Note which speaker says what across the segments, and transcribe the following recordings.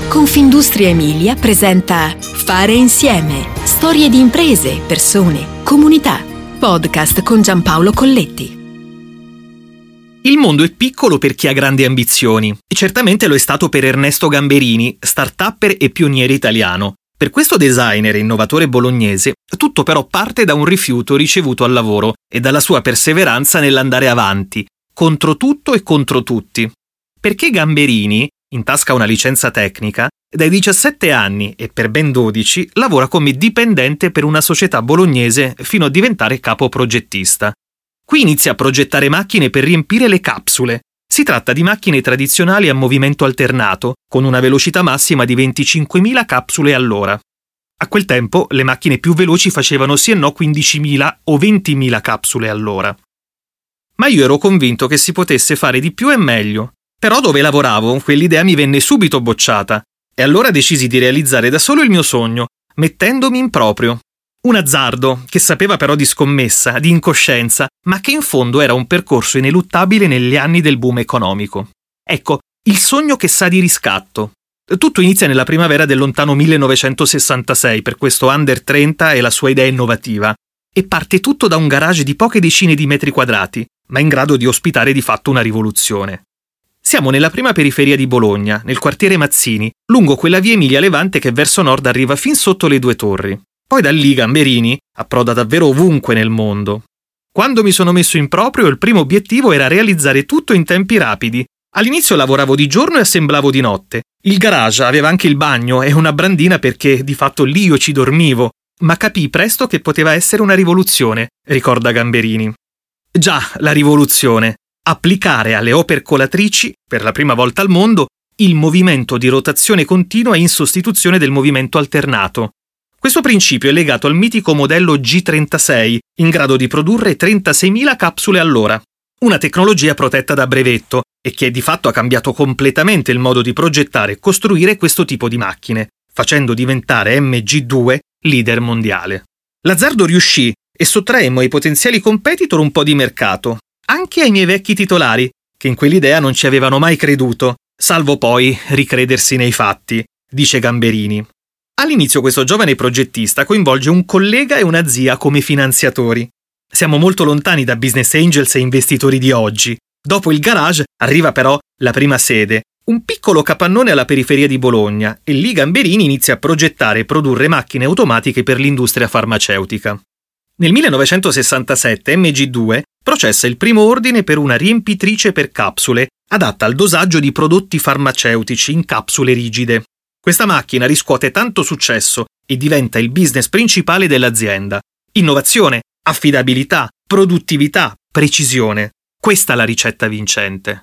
Speaker 1: Confindustria Emilia presenta Fare Insieme. Storie di imprese, persone, comunità. Podcast con Giampaolo Colletti.
Speaker 2: Il mondo è piccolo per chi ha grandi ambizioni e certamente lo è stato per Ernesto Gamberini, start-upper e pioniere italiano. Per questo designer e innovatore bolognese, tutto però parte da un rifiuto ricevuto al lavoro e dalla sua perseveranza nell'andare avanti, contro tutto e contro tutti. Perché Gamberini, in tasca una licenza tecnica, dai 17 anni e per ben 12 lavora come dipendente per una società bolognese fino a diventare capo progettista. Qui inizia a progettare macchine per riempire le capsule. Si tratta di macchine tradizionali a movimento alternato, con una velocità massima di 25.000 capsule all'ora. A quel tempo le macchine più veloci facevano sì e no 15.000 o 20.000 capsule all'ora. Ma io ero convinto che si potesse fare di più e meglio. Però dove lavoravo, quell'idea mi venne subito bocciata. E allora decisi di realizzare da solo il mio sogno, mettendomi in proprio. Un azzardo, che sapeva però di scommessa, di incoscienza, ma che in fondo era un percorso ineluttabile negli anni del boom economico. Ecco, il sogno che sa di riscatto. Tutto inizia nella primavera del lontano 1966 per questo under 30 e la sua idea innovativa. E parte tutto da un garage di poche decine di metri quadrati, ma in grado di ospitare di fatto una rivoluzione. Siamo nella prima periferia di Bologna, nel quartiere Mazzini, lungo quella via Emilia Levante che verso nord arriva fin sotto le due torri. Poi da lì Gamberini approda davvero ovunque nel mondo. Quando mi sono messo in proprio, il primo obiettivo era realizzare tutto in tempi rapidi. All'inizio lavoravo di giorno e assemblavo di notte. Il garage aveva anche il bagno e una brandina perché di fatto lì io ci dormivo. Ma capii presto che poteva essere una rivoluzione, ricorda Gamberini. Già, la rivoluzione. Applicare alle opercolatrici, per la prima volta al mondo, il movimento di rotazione continua in sostituzione del movimento alternato. Questo principio è legato al mitico modello G36, in grado di produrre 36.000 capsule all'ora. Una tecnologia protetta da brevetto e che di fatto ha cambiato completamente il modo di progettare e costruire questo tipo di macchine, facendo diventare MG2 leader mondiale. L'azzardo riuscì e sottraemmo ai potenziali competitor un po' di mercato, anche ai miei vecchi titolari, che in quell'idea non ci avevano mai creduto, salvo poi ricredersi nei fatti, dice Gamberini. All'inizio questo giovane progettista coinvolge un collega e una zia come finanziatori. Siamo molto lontani da business angels e investitori di oggi. Dopo il garage arriva però la prima sede, un piccolo capannone alla periferia di Bologna, e lì Gamberini inizia a progettare e produrre macchine automatiche per l'industria farmaceutica. Nel 1967 MG2 processa il primo ordine per una riempitrice per capsule, adatta al dosaggio di prodotti farmaceutici in capsule rigide. Questa macchina riscuote tanto successo e diventa il business principale dell'azienda. Innovazione, affidabilità, produttività, precisione. Questa è la ricetta vincente.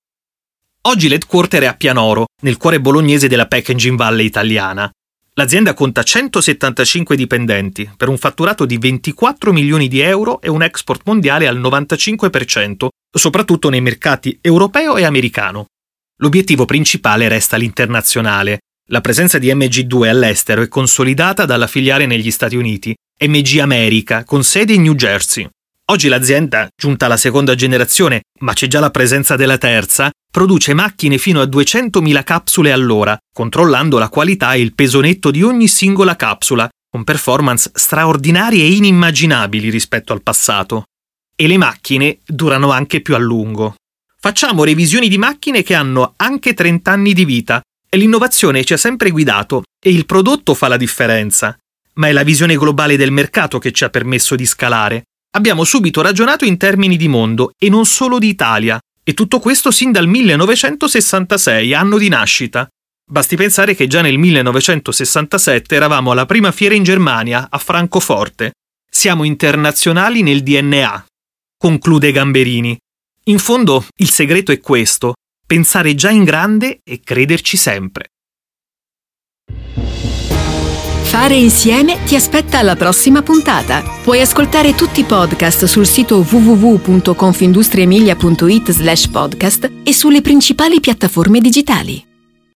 Speaker 2: Oggi l'headquarter è a Pianoro, nel cuore bolognese della Packaging Valley italiana. L'azienda conta 175 dipendenti, per un fatturato di 24 milioni di euro e un export mondiale al 95%, soprattutto nei mercati europeo e americano. L'obiettivo principale resta l'internazionale. La presenza di MG2 all'estero è consolidata dalla filiale negli Stati Uniti, MG America, con sede in New Jersey. Oggi l'azienda, giunta alla seconda generazione, ma c'è già la presenza della terza, produce macchine fino a 200.000 capsule all'ora, controllando la qualità e il peso netto di ogni singola capsula, con performance straordinarie e inimmaginabili rispetto al passato. E le macchine durano anche più a lungo. Facciamo revisioni di macchine che hanno anche 30 anni di vita, e l'innovazione ci ha sempre guidato e il prodotto fa la differenza. Ma è la visione globale del mercato che ci ha permesso di scalare. Abbiamo subito ragionato in termini di mondo e non solo di Italia, e tutto questo sin dal 1966, anno di nascita. Basti pensare che già nel 1967 eravamo alla prima fiera in Germania, a Francoforte. Siamo internazionali nel DNA, conclude Gamberini. In fondo il segreto è questo: pensare già in grande e crederci sempre.
Speaker 1: Fare Insieme ti aspetta alla prossima puntata. Puoi ascoltare tutti i podcast sul sito www.confindustriemilia.it/podcast e sulle principali piattaforme digitali.